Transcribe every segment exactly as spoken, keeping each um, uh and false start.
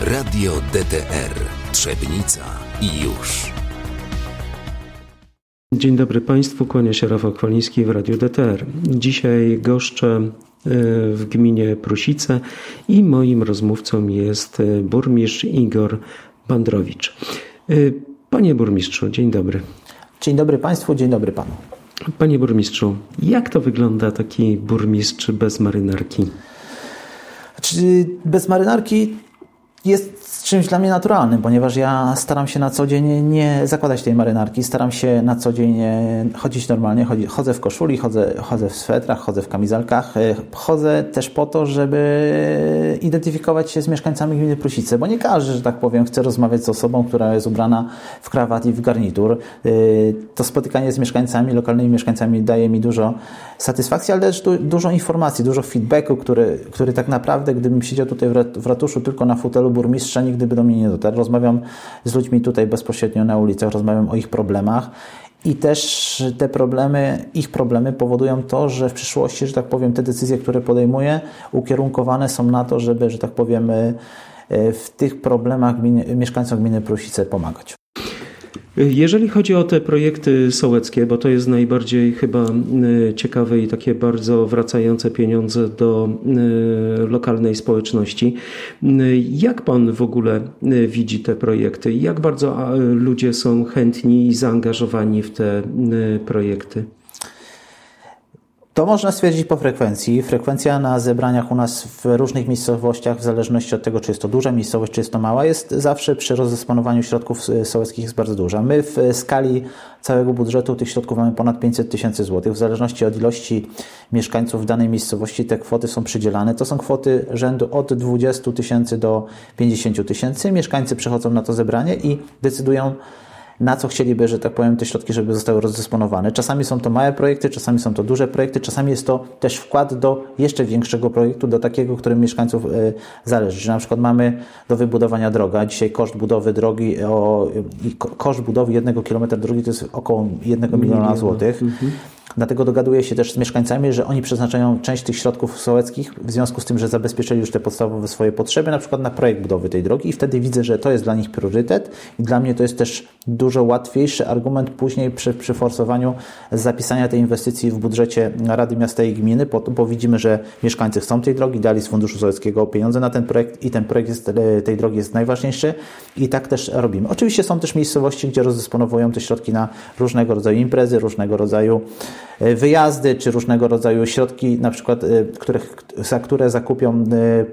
Radio D T R Trzebnica i już. Dzień dobry Państwu, kłania się Rafał Chwaliński w Radiu D T R. Dzisiaj goszczę w gminie Prusice i moim rozmówcą jest burmistrz Igor Bandrowicz. Panie burmistrzu, dzień dobry. Dzień dobry Państwu, dzień dobry Panu. Panie burmistrzu, jak to wygląda taki burmistrz bez marynarki? Znaczy, bez marynarki jest czymś dla mnie naturalnym, ponieważ ja staram się na co dzień nie zakładać tej marynarki, staram się na co dzień chodzić normalnie, chodzę w koszuli, chodzę, chodzę w swetrach, chodzę w kamizelkach, chodzę też po to, żeby identyfikować się z mieszkańcami gminy Prusice, bo nie każdy, że tak powiem, chce rozmawiać z osobą, która jest ubrana w krawat i w garnitur. To spotykanie z mieszkańcami, lokalnymi mieszkańcami daje mi dużo satysfakcji, ale też dużo informacji, dużo feedbacku, który, który tak naprawdę, gdybym siedział tutaj w ratuszu tylko na fotelu burmistrza, nigdy by do mnie nie dotarł. Rozmawiam z ludźmi tutaj bezpośrednio na ulicach, rozmawiam o ich problemach i też te problemy, ich problemy powodują to, że w przyszłości, że tak powiem, te decyzje, które podejmuję, ukierunkowane są na to, żeby, że tak powiem, w tych problemach gminy, mieszkańcom gminy Prusice pomagać. Jeżeli chodzi o te projekty sołeckie, bo to jest najbardziej chyba ciekawe i takie bardzo wracające pieniądze do lokalnej społeczności, jak Pan w ogóle widzi te projekty? Jak bardzo ludzie są chętni i zaangażowani w te projekty? To można stwierdzić po frekwencji. Frekwencja na zebraniach u nas w różnych miejscowościach, w zależności od tego, czy jest to duża miejscowość, czy jest to mała, jest zawsze przy rozdysponowaniu środków sołeckich jest bardzo duża. My w skali całego budżetu tych środków mamy ponad pięćset tysięcy złotych. W zależności od ilości mieszkańców w danej miejscowości te kwoty są przydzielane. To są kwoty rzędu od dwudziestu tysięcy do pięćdziesięciu tysięcy. Mieszkańcy przychodzą na to zebranie i decydują, na co chcieliby, że tak powiem, te środki, żeby zostały rozdysponowane. Czasami są to małe projekty, czasami są to duże projekty, czasami jest to też wkład do jeszcze większego projektu, do takiego, którym mieszkańców y, zależy. Że na przykład mamy do wybudowania droga. Dzisiaj koszt budowy drogi, o, koszt budowy jednego kilometra drogi to jest około jednego miliona złotych. Mhm. Dlatego dogaduję się też z mieszkańcami, że oni przeznaczają część tych środków sołeckich w związku z tym, że zabezpieczyli już te podstawowe swoje potrzeby, na przykład na projekt budowy tej drogi i wtedy widzę, że to jest dla nich priorytet i dla mnie to jest też dużo łatwiejszy argument później przy, przy forsowaniu zapisania tej inwestycji w budżecie Rady Miasta i Gminy, bo, bo widzimy, że mieszkańcy chcą tej drogi, dali z Funduszu Sołeckiego pieniądze na ten projekt i ten projekt jest, tej drogi jest najważniejszy i tak też robimy. Oczywiście są też miejscowości, gdzie rozdysponowują te środki na różnego rodzaju imprezy, różnego rodzaju wyjazdy, czy różnego rodzaju środki, na przykład, których, za które zakupią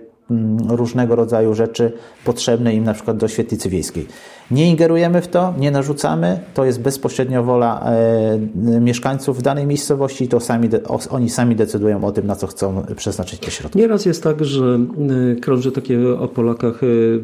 różnego rodzaju rzeczy potrzebne im na przykład do świetlicy wiejskiej. Nie ingerujemy w to, nie narzucamy, to jest bezpośrednio wola e, mieszkańców w danej miejscowości, to sami de, o, oni sami decydują o tym, na co chcą przeznaczyć te środki. Nieraz jest tak, że krąży takie o Polakach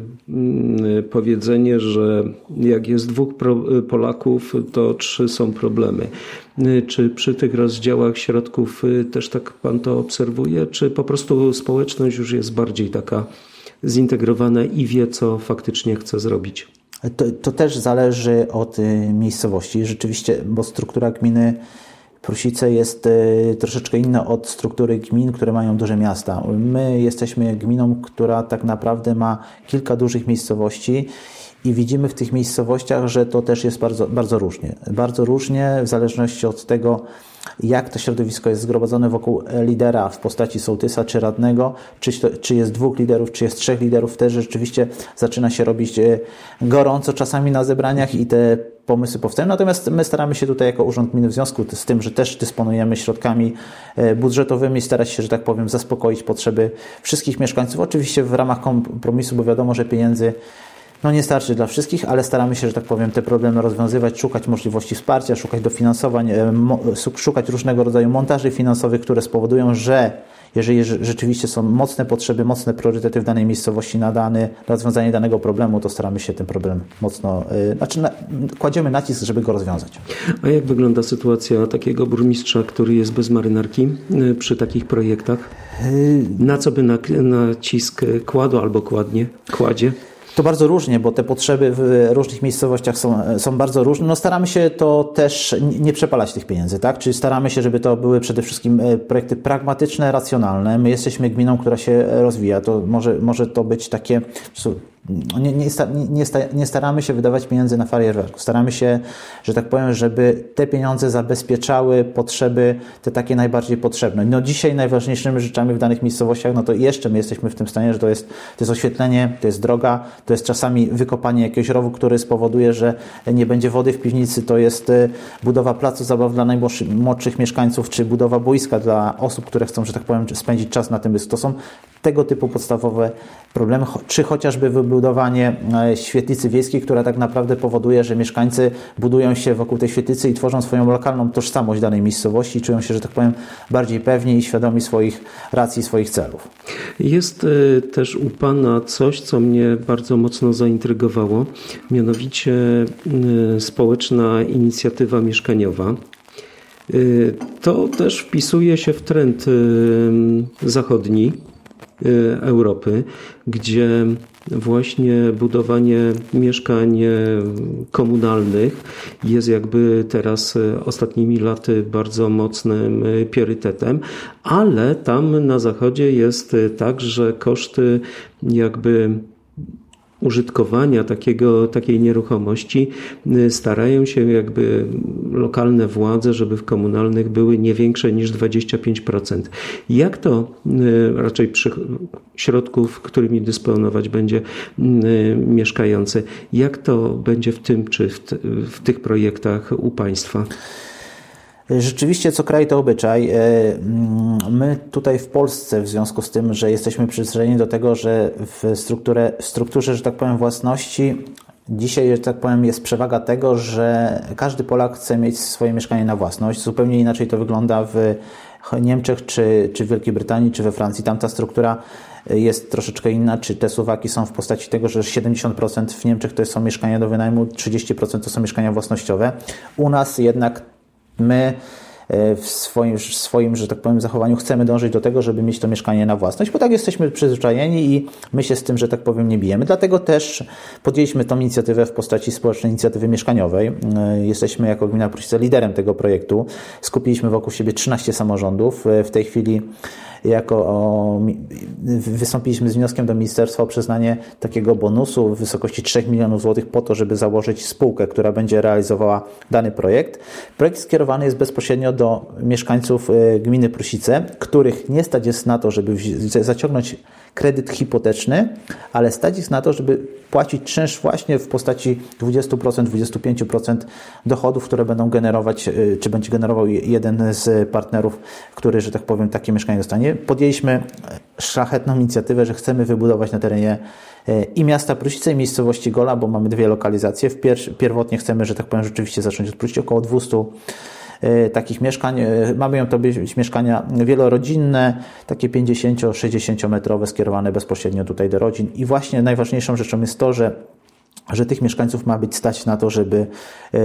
powiedzenie, że jak jest dwóch Polaków, to trzy są problemy. Czy przy tych rozdziałach środków też tak Pan to obserwuje, czy po prostu społeczność już jest bardziej taka zintegrowana i wie, co faktycznie chce zrobić? To, to też zależy od miejscowości. Rzeczywiście, bo struktura gminy Prusice jest troszeczkę inna od struktury gmin, które mają duże miasta. My jesteśmy gminą, która tak naprawdę ma kilka dużych miejscowości i widzimy w tych miejscowościach, że to też jest bardzo, bardzo różnie. Bardzo różnie w zależności od tego, jak to środowisko jest zgromadzone wokół lidera w postaci sołtysa czy radnego, czy, to, czy jest dwóch liderów, czy jest trzech liderów, też rzeczywiście zaczyna się robić gorąco czasami na zebraniach i te pomysły powstają. Natomiast my staramy się tutaj jako Urząd Gminy w związku z tym, że też dysponujemy środkami budżetowymi, starać się, że tak powiem, zaspokoić potrzeby wszystkich mieszkańców. Oczywiście w ramach kompromisu, bo wiadomo, że pieniędzy no nie starczy dla wszystkich, ale staramy się, że tak powiem, te problemy rozwiązywać, szukać możliwości wsparcia, szukać dofinansowań, szukać różnego rodzaju montaży finansowych, które spowodują, że jeżeli rzeczywiście są mocne potrzeby, mocne priorytety w danej miejscowości na dane rozwiązanie danego problemu, to staramy się ten problem mocno, yy, znaczy na, kładziemy nacisk, żeby go rozwiązać. A jak wygląda sytuacja takiego burmistrza, który jest bez marynarki yy, przy takich projektach? Yy... Na co by nacisk kładł albo kładnie, kładzie? To bardzo różnie, bo te potrzeby w różnych miejscowościach są, są bardzo różne. No staramy się to też nie przepalać tych pieniędzy, tak? Czyli staramy się, żeby to były przede wszystkim projekty pragmatyczne, racjonalne. My jesteśmy gminą, która się rozwija. To może, może to być takie nie, nie, nie, nie staramy się wydawać pieniędzy na fajerwerków. Staramy się, że tak powiem, żeby te pieniądze zabezpieczały potrzeby, te takie najbardziej potrzebne. No dzisiaj najważniejszymi rzeczami w danych miejscowościach, no to jeszcze my jesteśmy w tym stanie, że to jest, to jest oświetlenie, to jest droga, to jest czasami wykopanie jakiegoś rowu, który spowoduje, że nie będzie wody w piwnicy, to jest budowa placu zabaw dla najmłodszych mieszkańców, czy budowa boiska dla osób, które chcą, że tak powiem, spędzić czas na tym. To są tego typu podstawowe problemy, czy chociażby wybudowanie świetlicy wiejskiej, która tak naprawdę powoduje, że mieszkańcy budują się wokół tej świetlicy i tworzą swoją lokalną tożsamość danej miejscowości i czują się, że tak powiem, bardziej pewni i świadomi swoich racji, swoich celów. Jest też u Pana coś, co mnie bardzo mocno zaintrygowało, mianowicie społeczna inicjatywa mieszkaniowa. To też wpisuje się w trend zachodni Europy, gdzie właśnie budowanie mieszkań komunalnych jest jakby teraz ostatnimi laty bardzo mocnym priorytetem, ale tam na zachodzie jest tak, że koszty jakby użytkowania takiego, takiej nieruchomości starają się jakby lokalne władze, żeby w komunalnych były nie większe niż dwadzieścia pięć procent. Jak to raczej przy środków, którymi dysponować będzie mieszkający, jak to będzie w tym czy w, t- w tych projektach u Państwa? Rzeczywiście co kraj to obyczaj. My tutaj w Polsce, w związku z tym, że jesteśmy przyzwyczajeni do tego, że w strukturze, w strukturze, że tak powiem, własności dzisiaj, że tak powiem, jest przewaga tego, że każdy Polak chce mieć swoje mieszkanie na własność. Zupełnie inaczej to wygląda w Niemczech, czy, czy w Wielkiej Brytanii, czy we Francji. Tam ta struktura jest troszeczkę inna, czy te suwaki są w postaci tego, że siedemdziesiąt procent w Niemczech to są mieszkania do wynajmu, trzydzieści procent to są mieszkania własnościowe. U nas jednak my w swoim, w swoim, że tak powiem, zachowaniu chcemy dążyć do tego, żeby mieć to mieszkanie na własność, bo tak jesteśmy przyzwyczajeni i my się z tym, że tak powiem, nie bijemy. Dlatego też podjęliśmy tą inicjatywę w postaci społecznej inicjatywy mieszkaniowej. Jesteśmy jako Gmina Pruszczyca liderem tego projektu. Skupiliśmy wokół siebie trzynaście samorządów. W tej chwili jako o, wystąpiliśmy z wnioskiem do ministerstwa o przyznanie takiego bonusu w wysokości trzech milionów złotych po to, żeby założyć spółkę, która będzie realizowała dany projekt. Projekt skierowany jest bezpośrednio do mieszkańców gminy Prusice, których nie stać jest na to, żeby zaciągnąć kredyt hipoteczny, ale stać jest na to, żeby płacić czynsz właśnie w postaci dwadzieścia procent, dwadzieścia pięć procent dochodów, które będą generować, czy będzie generował jeden z partnerów, który, że tak powiem, takie mieszkanie dostanie. Podjęliśmy szlachetną inicjatywę, że chcemy wybudować na terenie i miasta Prusice, i miejscowości Gola, bo mamy dwie lokalizacje. W pier- pierwotnie chcemy, że tak powiem, rzeczywiście zacząć od Prusicy, około dwieście takich mieszkań. Mamy to być mieszkania wielorodzinne, takie pięćdziesięcio-sześćdziesięcio metrowe, skierowane bezpośrednio tutaj do rodzin. I właśnie najważniejszą rzeczą jest to, że, że tych mieszkańców ma być stać na to, żeby w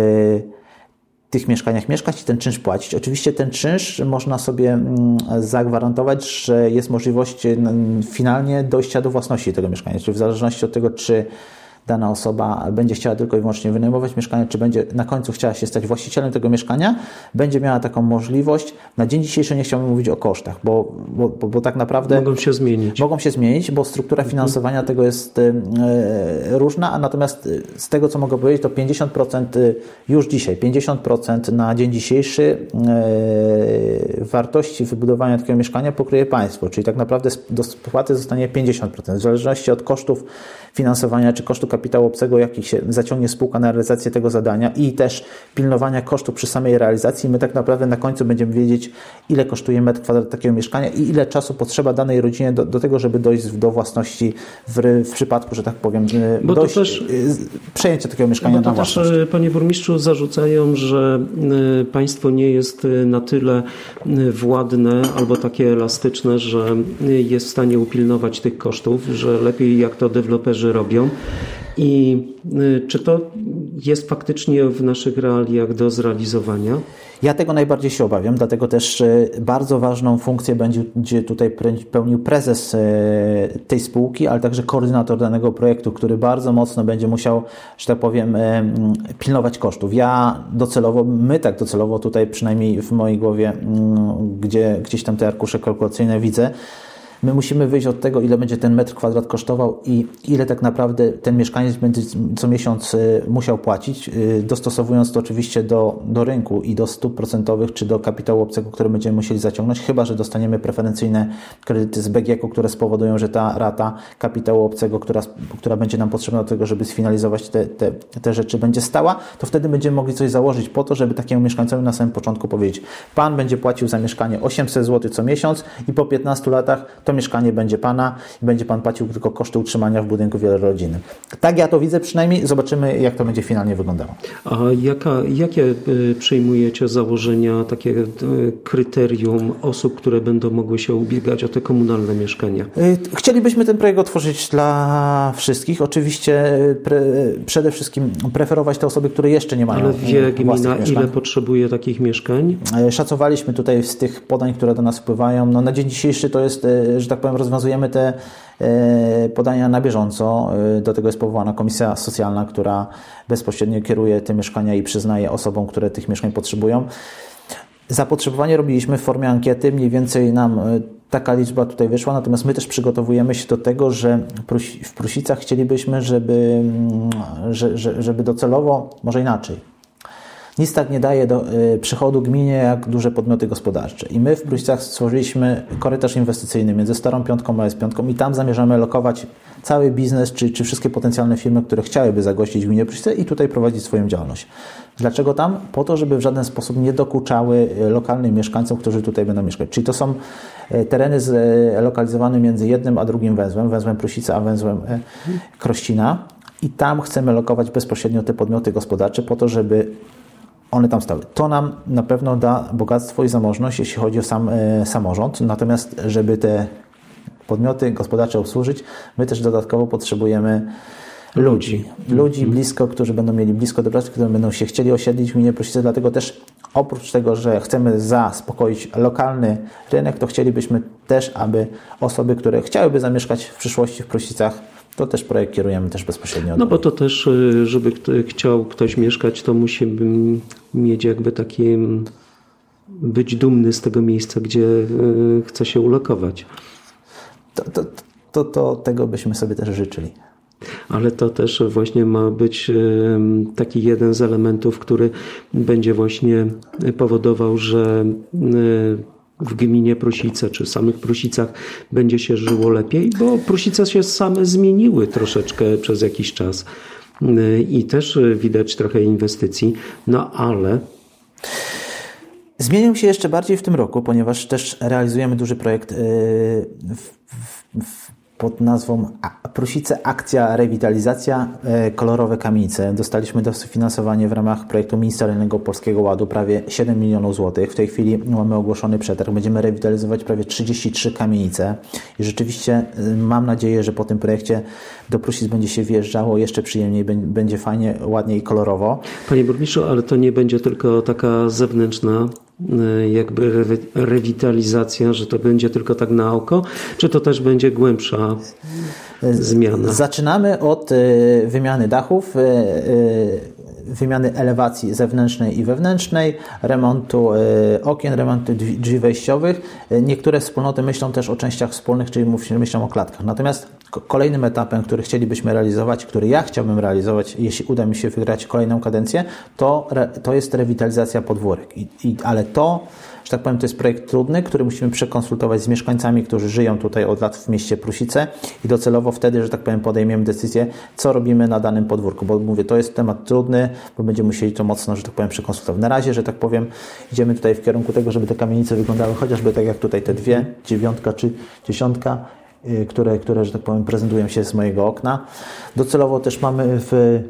tych mieszkaniach mieszkać i ten czynsz płacić. Oczywiście ten czynsz można sobie zagwarantować, że jest możliwość finalnie dojścia do własności tego mieszkania, czyli w zależności od tego, czy dana osoba będzie chciała tylko i wyłącznie wynajmować mieszkanie, czy będzie na końcu chciała się stać właścicielem tego mieszkania, będzie miała taką możliwość. Na dzień dzisiejszy nie chciałbym mówić o kosztach, bo, bo, bo, bo tak naprawdę mogą się zmienić. Mogą się zmienić, bo struktura finansowania mhm. tego jest e, różna, a natomiast z tego, co mogę powiedzieć, to pięćdziesiąt procent już dzisiaj, pięćdziesiąt procent na dzień dzisiejszy e, wartości wybudowania takiego mieszkania pokryje państwo, czyli tak naprawdę do spłaty zostanie pięćdziesiąt procent. W zależności od kosztów finansowania czy kosztu kapitału obcego, jaki się zaciągnie spółka na realizację tego zadania i też pilnowania kosztów przy samej realizacji, my tak naprawdę na końcu będziemy wiedzieć, ile kosztuje metr kwadrat takiego mieszkania i ile czasu potrzeba danej rodzinie do, do tego, żeby dojść do własności w, w przypadku, że tak powiem, bo dojść, to też, przejęcia takiego mieszkania bo to na własność. Też, panie burmistrzu, zarzucają, że państwo nie jest na tyle władne albo takie elastyczne, że jest w stanie upilnować tych kosztów, że lepiej jak to deweloperzy robią. I czy to jest faktycznie w naszych realiach do zrealizowania? Ja tego najbardziej się obawiam, dlatego też bardzo ważną funkcję będzie tutaj pełnił prezes tej spółki, ale także koordynator danego projektu, który bardzo mocno będzie musiał, że tak powiem, pilnować kosztów. Ja docelowo, my tak docelowo tutaj przynajmniej w mojej głowie, gdzie gdzieś tam te arkusze kalkulacyjne widzę, My musimy wyjść od tego, ile będzie ten metr kwadrat kosztował i ile tak naprawdę ten mieszkaniec będzie co miesiąc musiał płacić, dostosowując to oczywiście do, do rynku i do stóp procentowych, czy do kapitału obcego, który będziemy musieli zaciągnąć, chyba że dostaniemy preferencyjne kredyty z B G K-u, które spowodują, że ta rata kapitału obcego, która, która będzie nam potrzebna do tego, żeby sfinalizować te, te, te rzeczy, będzie stała, to wtedy będziemy mogli coś założyć po to, żeby takiemu mieszkańcowi na samym początku powiedzieć: Pan będzie płacił za mieszkanie osiemset złotych co miesiąc i po piętnastu latach to mieszkanie będzie Pana i będzie Pan płacił tylko koszty utrzymania w budynku wielorodzinnym. Tak ja to widzę przynajmniej. Zobaczymy, jak to będzie finalnie wyglądało. A jaka, jakie przyjmujecie założenia, takie kryterium osób, które będą mogły się ubiegać o te komunalne mieszkania? Chcielibyśmy ten projekt otworzyć dla wszystkich. Oczywiście pre, przede wszystkim preferować te osoby, które jeszcze nie mają. Ale wie gmina, ile potrzebuje takich mieszkań? Szacowaliśmy tutaj z tych podań, które do nas wpływają. No na dzień dzisiejszy to jest, że tak powiem, rozwiązujemy te podania na bieżąco. Do tego jest powołana komisja socjalna, która bezpośrednio kieruje te mieszkania i przyznaje osobom, które tych mieszkań potrzebują. Zapotrzebowanie robiliśmy w formie ankiety, mniej więcej nam taka liczba tutaj wyszła, natomiast my też przygotowujemy się do tego, że w Prusicach chcielibyśmy, żeby, żeby docelowo, może inaczej, nic tak nie daje do y, przychodu gminie jak duże podmioty gospodarcze. I my w Prusicach stworzyliśmy korytarz inwestycyjny między Starą Piątką a S pięć i tam zamierzamy lokować cały biznes, czy, czy wszystkie potencjalne firmy, które chciałyby zagościć w gminie Prusice i tutaj prowadzić swoją działalność. Dlaczego tam? Po to, żeby w żaden sposób nie dokuczały lokalnym mieszkańcom, którzy tutaj będą mieszkać. Czyli to są tereny zlokalizowane między jednym a drugim węzłem, węzłem Prusice a węzłem Krościna i tam chcemy lokować bezpośrednio te podmioty gospodarcze po to, żeby one tam stały. To nam na pewno da bogactwo i zamożność, jeśli chodzi o sam e, samorząd. Natomiast, żeby te podmioty gospodarcze obsłużyć, my też dodatkowo potrzebujemy ludzi. Ludzi blisko, którzy będą mieli blisko do pracy, którzy będą się chcieli osiedlić w gminie Prusice. Dlatego też oprócz tego, że chcemy zaspokoić lokalny rynek, to chcielibyśmy też, aby osoby, które chciałyby zamieszkać w przyszłości w Prusicach, to też projekt kierujemy też bezpośrednio. No bo to też, żeby chciał ktoś mieszkać, to musi mieć jakby taki, być dumny z tego miejsca, gdzie chce się ulokować. To, to, to, to tego byśmy sobie też życzyli. Ale to też właśnie ma być taki jeden z elementów, który będzie właśnie powodował, że w gminie Prusice, czy samych Prusicach będzie się żyło lepiej, bo Prusice się same zmieniły troszeczkę przez jakiś czas i też widać trochę inwestycji, no ale... Zmienił się jeszcze bardziej w tym roku, ponieważ też realizujemy duży projekt w, w, w pod nazwą Prusice Akcja Rewitalizacja Kolorowe Kamienice. Dostaliśmy dofinansowanie w ramach projektu Ministerialnego Polskiego Ładu prawie siedem milionów złotych. W tej chwili mamy ogłoszony przetarg. Będziemy rewitalizować prawie trzydzieści trzy kamienice i rzeczywiście mam nadzieję, że po tym projekcie do Prusic będzie się wjeżdżało jeszcze przyjemniej, będzie fajnie, ładnie i kolorowo. Panie burmistrzu, ale to nie będzie tylko taka zewnętrzna jakby rewitalizacja, że to będzie tylko tak na oko, czy to też będzie głębsza zmiana? Zaczynamy od wymiany dachów, wymiany elewacji zewnętrznej i wewnętrznej, remontu okien, remontu drzwi wejściowych. Niektóre wspólnoty myślą też o częściach wspólnych, czyli myślą o klatkach. Natomiast kolejnym etapem, który chcielibyśmy realizować, który ja chciałbym realizować, jeśli uda mi się wygrać kolejną kadencję, to, to jest rewitalizacja podwórek. I, i, ale to, że tak powiem, to jest projekt trudny, który musimy przekonsultować z mieszkańcami, którzy żyją tutaj od lat w mieście Prusice i docelowo wtedy, że tak powiem, podejmiemy decyzję, co robimy na danym podwórku, bo mówię, to jest temat trudny, bo będziemy musieli to mocno, że tak powiem, przekonsultować. Na razie, że tak powiem, idziemy tutaj w kierunku tego, żeby te kamienice wyglądały chociażby tak jak tutaj te dwie, dziewiątka czy dziesiątka, które, które, że tak powiem, prezentują się z mojego okna. Docelowo też mamy w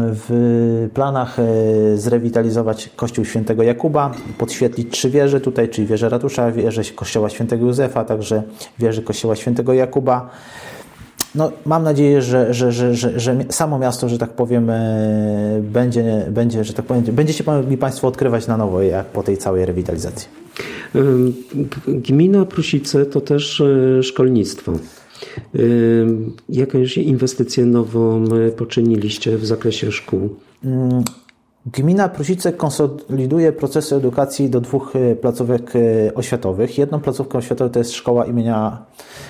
w planach zrewitalizować Kościół Świętego Jakuba, podświetlić trzy wieże tutaj, czyli wieżę ratusza, wieżę Kościoła Świętego Józefa, także wieży Kościoła Świętego Jakuba. No, mam nadzieję, że, że, że, że, że samo miasto, że tak powiem, będzie, będzie, że tak powiem, będziecie mogli Państwo odkrywać na nowo, jak po tej całej rewitalizacji. Gmina Prusice to też szkolnictwo. Jakąś inwestycję nową poczyniliście w zakresie szkół? Gmina Prusice konsoliduje procesy edukacji do dwóch placówek oświatowych. Jedną placówką oświatową to jest szkoła imienia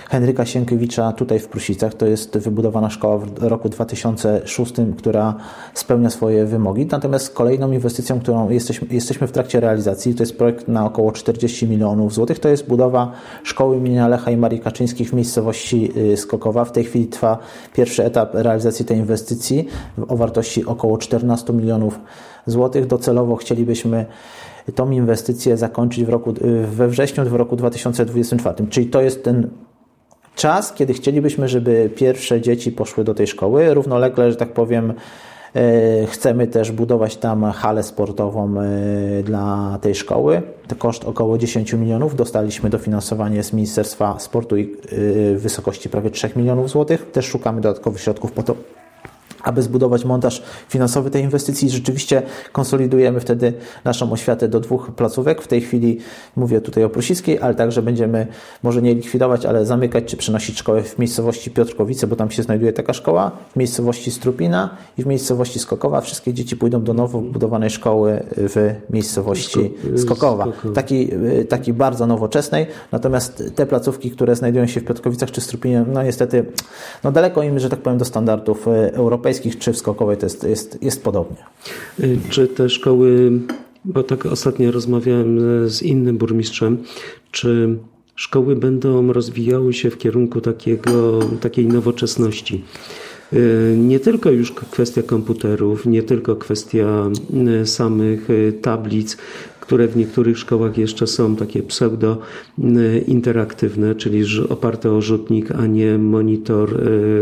Henryka Sienkiewicza tutaj w Prusicach. To jest wybudowana szkoła w roku dwa tysiące szóstym, która spełnia swoje wymogi. Natomiast kolejną inwestycją, którą jesteśmy, jesteśmy w trakcie realizacji, to jest projekt na około czterdzieści milionów złotych. To jest budowa szkoły imienia Lecha i Marii Kaczyńskich w miejscowości Skokowa. W tej chwili trwa pierwszy etap realizacji tej inwestycji o wartości około czternaście milionów złotych. Docelowo chcielibyśmy tą inwestycję zakończyć w roku, we wrześniu w roku dwa tysiące dwudziestym czwartym. Czyli to jest ten czas, kiedy chcielibyśmy, żeby pierwsze dzieci poszły do tej szkoły. Równolegle, że tak powiem, chcemy też budować tam halę sportową dla tej szkoły. To koszt około dziesięć milionów. Dostaliśmy dofinansowanie z Ministerstwa Sportu i w wysokości prawie trzy milionów złotych. Też szukamy dodatkowych środków po to, aby zbudować montaż finansowy tej inwestycji. Rzeczywiście konsolidujemy wtedy naszą oświatę do dwóch placówek. W tej chwili mówię tutaj o Prusickiej, ale także będziemy może nie likwidować, ale zamykać czy przenosić szkołę w miejscowości Piotrkowice, bo tam się znajduje taka szkoła, w miejscowości Strupina i w miejscowości Skokowa. Wszystkie dzieci pójdą do nowo budowanej szkoły w miejscowości Skokowa. Takiej taki bardzo nowoczesnej. Natomiast te placówki, które znajdują się w Piotrkowicach czy Strupinie, no niestety no daleko im, że tak powiem, do standardów europejskich czy w Skokowej to jest, jest, jest podobnie. Czy te szkoły, bo tak ostatnio rozmawiałem z innym burmistrzem, czy szkoły będą rozwijały się w kierunku takiego, takiej nowoczesności? Nie tylko już kwestia komputerów, nie tylko kwestia samych tablic, które w niektórych szkołach jeszcze są takie pseudo-interaktywne, czyli oparte o rzutnik, a nie monitor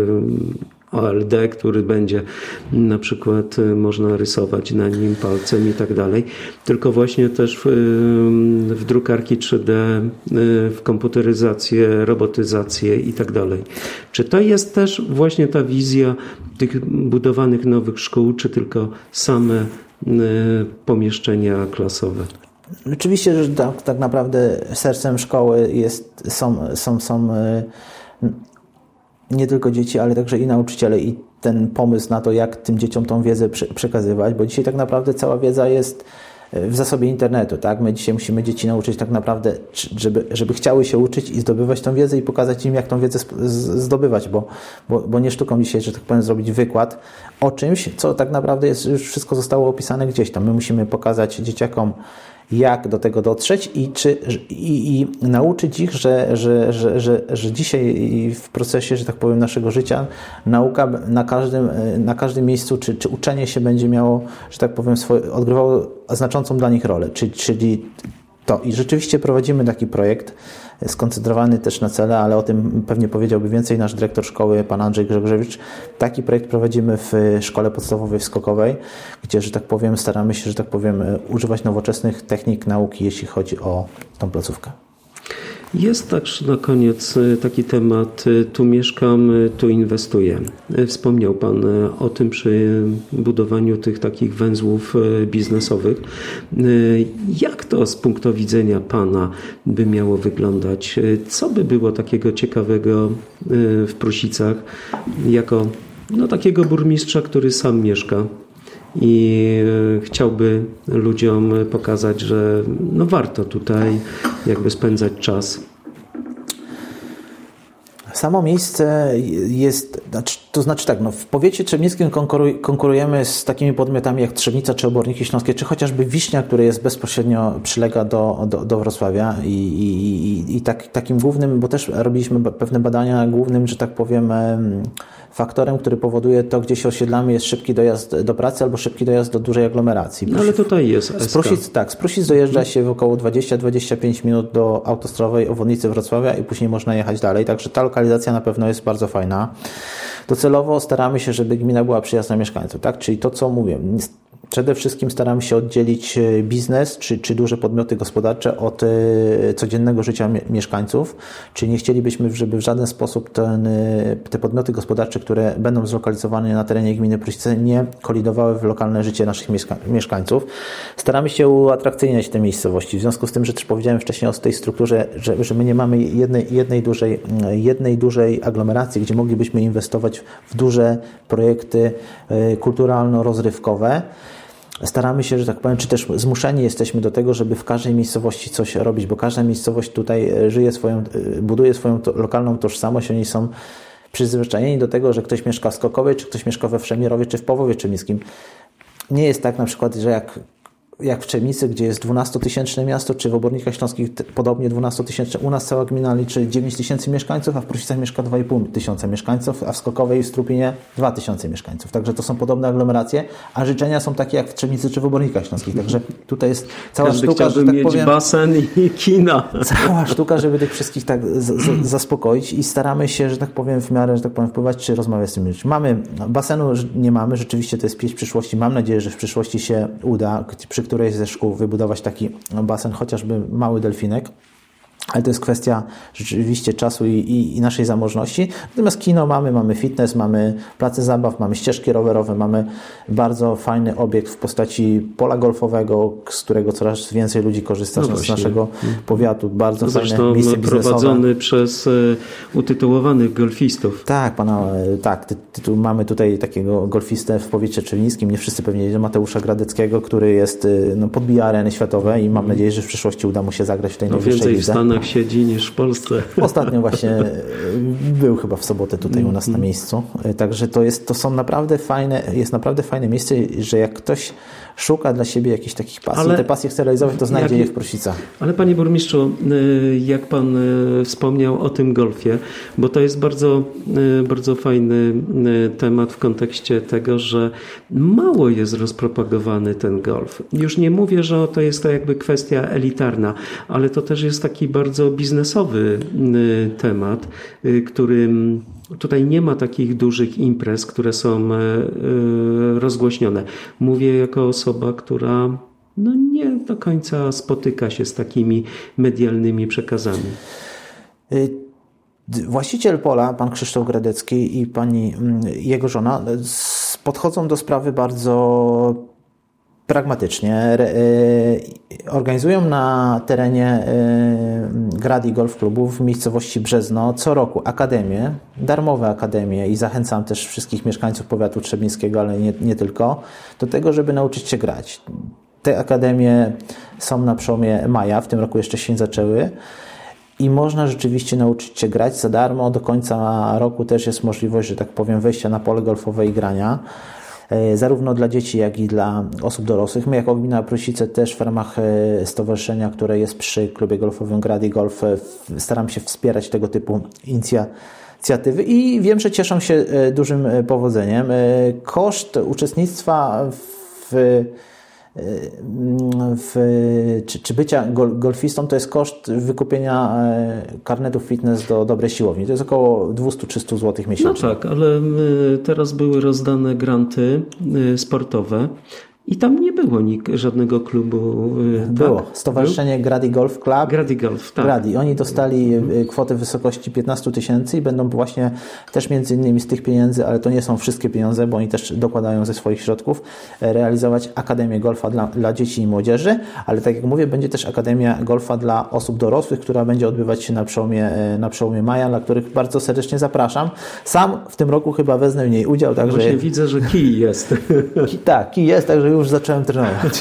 O L D, który będzie na przykład można rysować na nim palcem i tak dalej, tylko właśnie też w, w drukarki trzy D, w komputeryzację, robotyzację i tak dalej. Czy to jest też właśnie ta wizja tych budowanych nowych szkół, czy tylko same pomieszczenia klasowe? Oczywiście, że tak, tak naprawdę sercem szkoły jest, są, są, są nie tylko dzieci, ale także i nauczyciele i ten pomysł na to, jak tym dzieciom tą wiedzę przekazywać, bo dzisiaj tak naprawdę cała wiedza jest w zasobie internetu, tak? My dzisiaj musimy dzieci nauczyć tak naprawdę, żeby, żeby chciały się uczyć i zdobywać tą wiedzę i pokazać im, jak tą wiedzę zdobywać, bo, bo, bo nie sztuką dzisiaj, że tak powiem, zrobić wykład o czymś, co tak naprawdę jest, już wszystko zostało opisane gdzieś tam. My musimy pokazać dzieciakom, jak do tego dotrzeć i, czy, i, i nauczyć ich, że, że, że, że, że dzisiaj w procesie, że tak powiem, naszego życia nauka na każdym, na każdym miejscu, czy, czy uczenie się będzie miało, że tak powiem, swoje, odgrywało znaczącą dla nich rolę, czyli, czyli to. I rzeczywiście prowadzimy taki projekt skoncentrowany też na cele, ale o tym pewnie powiedziałby więcej nasz dyrektor szkoły, pan Andrzej Grzegorzewicz. Taki projekt prowadzimy w szkole podstawowej w Skokowej, gdzie, że tak powiem, staramy się, że tak powiem, używać nowoczesnych technik nauki, jeśli chodzi o tą placówkę. Jest także na koniec taki temat, tu mieszkam, tu inwestuję. Wspomniał Pan o tym przy budowaniu tych takich węzłów biznesowych. Jak to z punktu widzenia Pana by miało wyglądać? Co by było takiego ciekawego w Prusicach jako no, takiego burmistrza, który sam mieszka i chciałby ludziom pokazać, że no warto tutaj jakby spędzać czas? Samo miejsce jest, to znaczy tak, no w powiecie trzebnickim konkurujemy z takimi podmiotami jak Trzebnica czy Oborniki Śląskie, czy chociażby Wiśnia, który jest bezpośrednio przylega do, do, do Wrocławia i, i, i tak, takim głównym, bo też robiliśmy pewne badania, głównym, że tak powiem, faktorem, który powoduje to, gdzie się osiedlamy, jest szybki dojazd do pracy albo szybki dojazd do dużej aglomeracji. No ale tutaj jest z Prusic, tak, z Prusic dojeżdża się w około dwadzieścia do dwudziestu pięciu minut do autostradowej obwodnicy Wrocławia i później można jechać dalej, także ta lokalizacja na pewno jest bardzo fajna. Docelowo staramy się, żeby gmina była przyjazna mieszkańcom, tak? Czyli to, co mówię, przede wszystkim staramy się oddzielić biznes czy, czy duże podmioty gospodarcze od codziennego życia mieszkańców, czyli nie chcielibyśmy, żeby w żaden sposób ten, te podmioty gospodarcze, które będą zlokalizowane na terenie gminy Prusice, nie kolidowały w lokalne życie naszych mieszka mieszkańców. Staramy się uatrakcyjniać te miejscowości, w związku z tym, że też powiedziałem wcześniej o tej strukturze, że, że my nie mamy jednej, jednej, dużej, jednej dużej aglomeracji, gdzie moglibyśmy inwestować w duże projekty kulturalno-rozrywkowe. staramy się, że tak powiem, czy też zmuszeni jesteśmy do tego, żeby w każdej miejscowości coś robić, bo każda miejscowość tutaj żyje swoją, buduje swoją to, lokalną tożsamość, oni są przyzwyczajeni do tego, że ktoś mieszka w Skokowej, czy ktoś mieszka we Wszemirowie, czy w Powowie Trzebnickim. Nie jest tak na przykład, że jak jak w Trzebnicy, gdzie jest dwunastotysięczne miasto, czy w Obornikach Śląskich podobnie dwunastotysięczne. U nas cała gmina liczy dziewięć tysięcy mieszkańców, a w Prusicach mieszka dwa i pół tysiąca mieszkańców, a w Skokowej i w Strupinie dwa tysiące mieszkańców. Także to są podobne aglomeracje, a życzenia są takie jak w Trzebnicy czy w Obornikach Śląskich. Także tutaj jest cała Każdy sztuka, że tak mieć powiem, basen i kina. Cała sztuka, żeby tych wszystkich tak z, z, zaspokoić i staramy się, że tak powiem, w miarę, że tak powiem, wpływać czy rozmawiać z tymi ludźmi. Mamy, basenu nie mamy, rzeczywiście to jest pieśń przyszłości. Mam nadzieję, że w przyszłości się uda, przy którejś ze szkół wybudować taki basen, chociażby mały delfinek. Ale to jest kwestia rzeczywiście czasu i, i, i naszej zamożności. Natomiast kino mamy, mamy fitness, mamy place zabaw, mamy ścieżki rowerowe, mamy bardzo fajny obiekt w postaci pola golfowego, z którego coraz więcej ludzy korzysta no z naszego powiatu. Bardzo Zresztą fajne miejsce biznesowe. prowadzony przez utytułowanych golfistów. Tak, pana, tak. Ty, tytuł, mamy tutaj takiego golfistę w powiecie trzebnickim. Nie wszyscy pewnie wiedzą, Mateusza Gradeckiego, który jest, no, podbija areny światowe i mam nadzieję, że w przyszłości uda mu się zagrać w tej no, najwyższej lidze. W Stanach siedzi niż w Polsce. Ostatnio właśnie był chyba w sobotę tutaj u nas na miejscu. Także to jest, to są naprawdę fajne, jest naprawdę fajne miejsce, że jak ktoś szuka dla siebie jakichś takich pasji, ale te pasje chce realizować, to znajdzie jak, je w Prusicach. Ale panie burmistrzu, jak pan wspomniał o tym golfie, bo to jest bardzo, bardzo fajny temat w kontekście tego, że mało jest rozpropagowany ten golf. Już nie mówię, że to jest to jakby kwestia elitarna, ale to też jest taki bardzo biznesowy temat, którym tutaj nie ma takich dużych imprez, które są rozgłośnione. Mówię jako osoba, która no nie do końca spotyka się z takimi medialnymi przekazami. Właściciel pola, pan Krzysztof Gradecki i pani jego żona podchodzą do sprawy bardzo pragmatycznie. Organizują na terenie Gradi Golf Klubu w miejscowości Brzezno co roku akademię, darmowe akademie i zachęcam też wszystkich mieszkańców powiatu trzebnickiego, ale nie, nie tylko, do tego, żeby nauczyć się grać. Te akademie są na przełomie maja, w tym roku jeszcze się nie zaczęły i można rzeczywiście nauczyć się grać za darmo. Do końca roku też jest możliwość, że tak powiem, wejścia na pole golfowe i grania. Zarówno dla dzieci, jak i dla osób dorosłych. My jako gmina Prusice też w ramach stowarzyszenia, które jest przy klubie golfowym Gradi Golf, staram się wspierać tego typu inicjatywy i wiem, że cieszą się dużym powodzeniem. Koszt uczestnictwa w W, czy, czy bycia gol, golfistą to jest koszt wykupienia karnetów fitness do dobrej siłowni. To jest około dwieście do trzystu złotych miesięcznie. No tak, ale teraz były rozdane granty sportowe i tam nie było nikt, żadnego klubu. Było. Tak? Stowarzyszenie Był? Gradi Golf Club. Gradi Golf, tak. Gradi. Oni dostali kwotę w wysokości piętnaście tysięcy i będą właśnie też między innymi z tych pieniędzy, ale to nie są wszystkie pieniądze, bo oni też dokładają ze swoich środków, realizować Akademię Golfa dla, dla dzieci i młodzieży, ale tak jak mówię, będzie też Akademia Golfa dla osób dorosłych, która będzie odbywać się na przełomie, na przełomie maja, dla których bardzo serdecznie zapraszam. Sam w tym roku chyba wezmę w niej udział. Także Właśnie widzę, że kij jest. Ki, tak, kij jest, także już zacząłem trenować.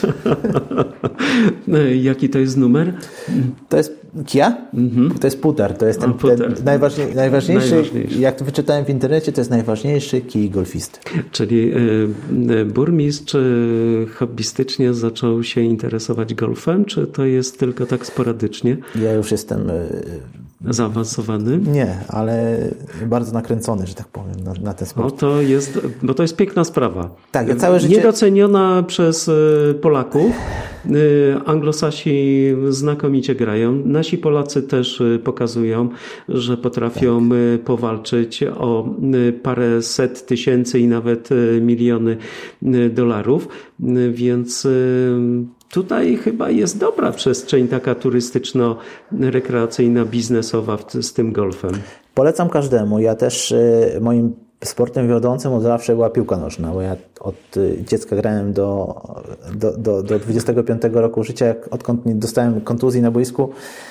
Jaki to jest numer? To jest kija? Mhm. To jest puter. To jest ten, ten najważniej, najważniejszy, najważniejszy, jak wyczytałem w internecie, to jest najważniejszy kij golfisty. Czyli y, burmistrz y, hobbystycznie zaczął się interesować golfem, czy to jest tylko tak sporadycznie? Ja już jestem... Y, Zaawansowany? Nie, ale bardzo nakręcony, że tak powiem, na, na ten sport. No to jest, bo to jest piękna sprawa. Tak, ja całe życie... Niedoceniona przez Polaków. Anglosasi znakomicie grają. Nasi Polacy też pokazują, że potrafią tak. powalczyć o parę set tysięcy i nawet miliony dolarów, więc tutaj chyba jest dobra przestrzeń taka turystyczno-rekreacyjna, biznesowa z tym golfem. Polecam każdemu. Ja też moim sportem wiodącym od zawsze była piłka nożna, bo ja od dziecka grałem do, do, do, do dwudziestego piątego roku życia, jak odkąd nie dostałem kontuzji na boisku.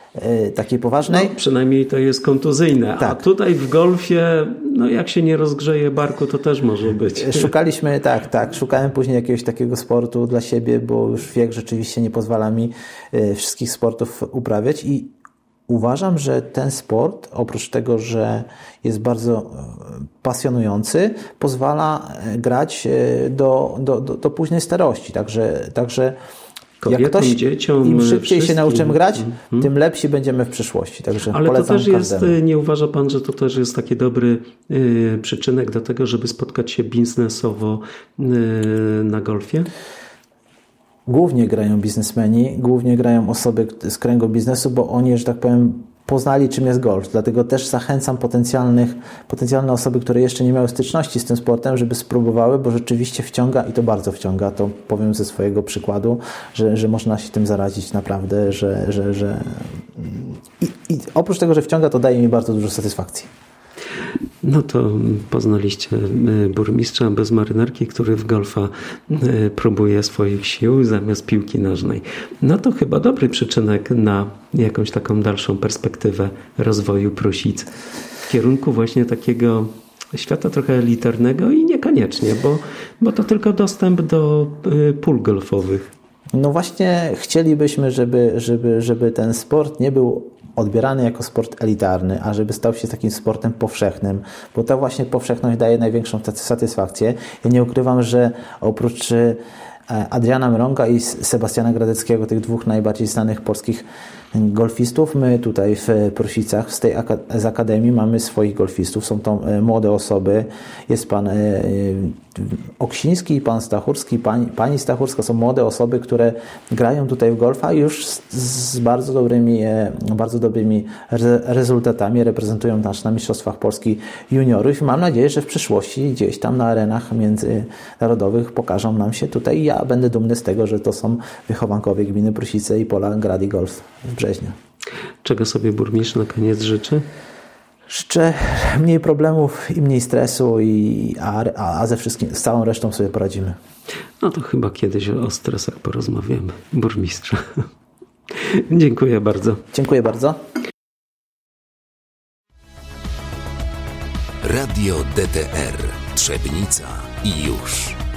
takiej poważnej. No, przynajmniej to jest kontuzyjne, tak. A tutaj w golfie, no jak się nie rozgrzeje barku, to też może być. Szukaliśmy, tak, tak, szukałem później jakiegoś takiego sportu dla siebie, bo już wiek rzeczywiście nie pozwala mi wszystkich sportów uprawiać i uważam, że ten sport, oprócz tego, że jest bardzo pasjonujący, pozwala grać do, do, do, do późnej starości, także, także Kobietom, jak ktoś, dzieciom, im szybciej wszystkim. się nauczymy grać, mm-hmm. tym lepsi będziemy w przyszłości. Także ale to też jest, każdemu. Nie uważa Pan, że to też jest taki dobry y, przyczynek do tego, żeby spotkać się biznesowo y, na golfie? Głównie grają biznesmeni, głównie grają osoby z kręgu biznesu, bo oni, że tak powiem, poznali, czym jest golf. Dlatego też zachęcam potencjalnych, potencjalne osoby, które jeszcze nie miały styczności z tym sportem, żeby spróbowały, bo rzeczywiście wciąga i to bardzo wciąga. To powiem ze swojego przykładu, że, że można się tym zarazić naprawdę, że, że, że... I, i oprócz tego, że wciąga, to daje mi bardzo dużo satysfakcji. No to poznaliście burmistrza bez marynarki, który w golfa próbuje swoich sił zamiast piłki nożnej. No to chyba dobry przyczynek na jakąś taką dalszą perspektywę rozwoju Prusic w kierunku właśnie takiego świata trochę elitarnego i niekoniecznie, bo, bo to tylko dostęp do pól golfowych. No właśnie chcielibyśmy, żeby, żeby, żeby ten sport nie był odbierany jako sport elitarny, a żeby stał się takim sportem powszechnym, bo ta właśnie powszechność daje największą satysfakcję. Ja nie ukrywam, że oprócz Adriana Mronga i Sebastiana Gradeckiego, tych dwóch najbardziej znanych polskich golfistów, my tutaj w Prusicach z tej z Akademii mamy swoich golfistów. Są to młode osoby. Jest pan Oksiński, pan Stachurski, pani, pani Stachurska. Są młode osoby, które grają tutaj w golfa już z, z bardzo dobrymi, bardzo dobrymi rezultatami. Reprezentują nas na Mistrzostwach Polski juniorów i mam nadzieję, że w przyszłości gdzieś tam na arenach międzynarodowych pokażą nam się tutaj. Ja będę dumny z tego, że to są wychowankowie gminy Prusice i pola Grady Golf w Brzeźnie. Czego sobie burmistrz na koniec życzy? Życzę mniej problemów i mniej stresu, i, a, a ze wszystkim, z całą resztą sobie poradzimy. No to chyba kiedyś o stresach porozmawiamy. Burmistrza. Dziękuję bardzo. Dziękuję bardzo. Radio D T R Trzebnica i już.